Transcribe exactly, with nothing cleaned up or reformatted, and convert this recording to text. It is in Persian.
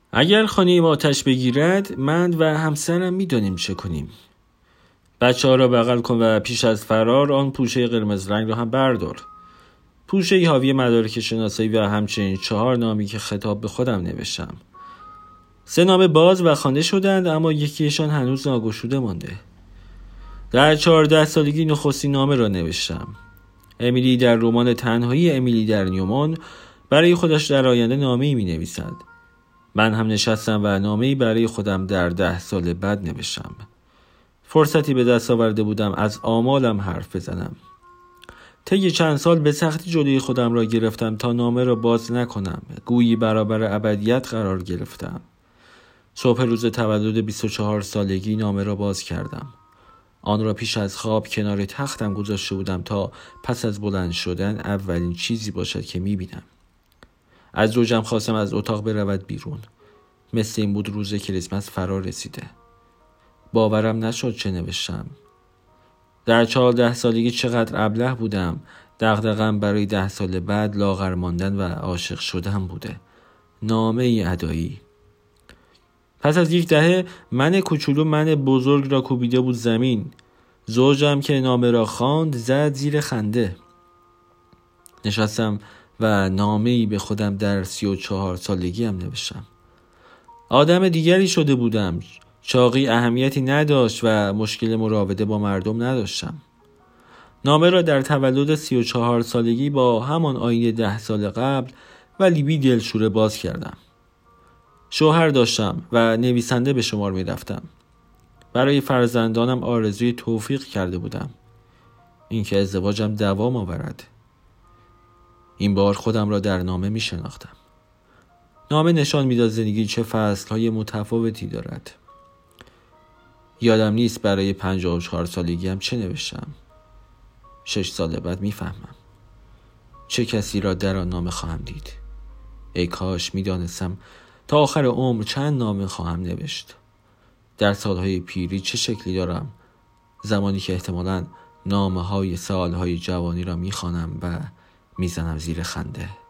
اگر خانه ما آتش بگیرد، من و همسرم میدانیم چه کنیم. بچه ها را بغل کن و پیش از فرار آن پوشه قرمز رنگ را هم بردار. پوشه حاوی مدارک شناسایی و همچنین چهار نامی که خطاب به خودم نوشتم. سه نام باز و خوانده شدند، اما یکیشان هنوز ناگشوده مانده. در چهارده سالگی نخستین نامه را نوشتم. امیلی در رمان تنهایی امیلی در نیومان برای خودش در آینده نامه‌ای می‌نویسد. من هم نشستم و نامه‌ای برای خودم در ده سال بعد نوشتم. فرصتی به دست آورده بودم از آمالم حرف بزنم. طی چند سال به سختی جلوی خودم را گرفتم تا نامه را باز نکنم. گویی برابر ابدیت قرار گرفتم. صبح روز تولد بیست و چهار سالگی نامه را باز کردم. آن را پیش از خواب کنار تختم گذاشته بودم تا پس از بلند شدن اولین چیزی باشد که می‌بینم. از زوجم خواستم از اتاق برود بیرون. مثل این بود روز کریسمس فرا رسیده. باورم نشد چه نوشتم. در چهارده سالگی چقدر ابله بودم. دغدغه‌ام برای ده سال بعد لاغر ماندن و عاشق شدن بوده. نامه ای ادایی. پس از یک دهه من کوچولو من بزرگ را کوبیده بود زمین. زوجم که نامه را خواند زد زیر خنده. نشستم و نامه‌ای به خودم در سی و چهار سالگیم نوشتم. آدم دیگری شده بودم. چاقی اهمیتی نداشت و مشکل مراوده با مردم نداشتم. نامه را در تولد سی و چهار سالگی با همان آیین ده سال قبل ولی بی دلشوره باز کردم. شوهر داشتم و نویسنده به شمار می رفتم. برای فرزندانم آرزوی توفیق کرده بودم. اینکه ازدواجم دوام آورد. این بار خودم را در نامه می شناختم. نامه نشان می داد زندگی چه فصلهای متفاوتی دارد. یادم نیست برای پنجاه و چهار سالگیم چه نوشتم. شش سال بعد می فهمم. چه کسی را در آن نامه خواهم دید. ای کاش می دانستم تا آخر عمر چند نامه خواهم نوشت. در سالهای پیری چه شکلی دارم. زمانی که احتمالاً نامه های سالهای جوانی را می خوانم و می زنم زیر خنده.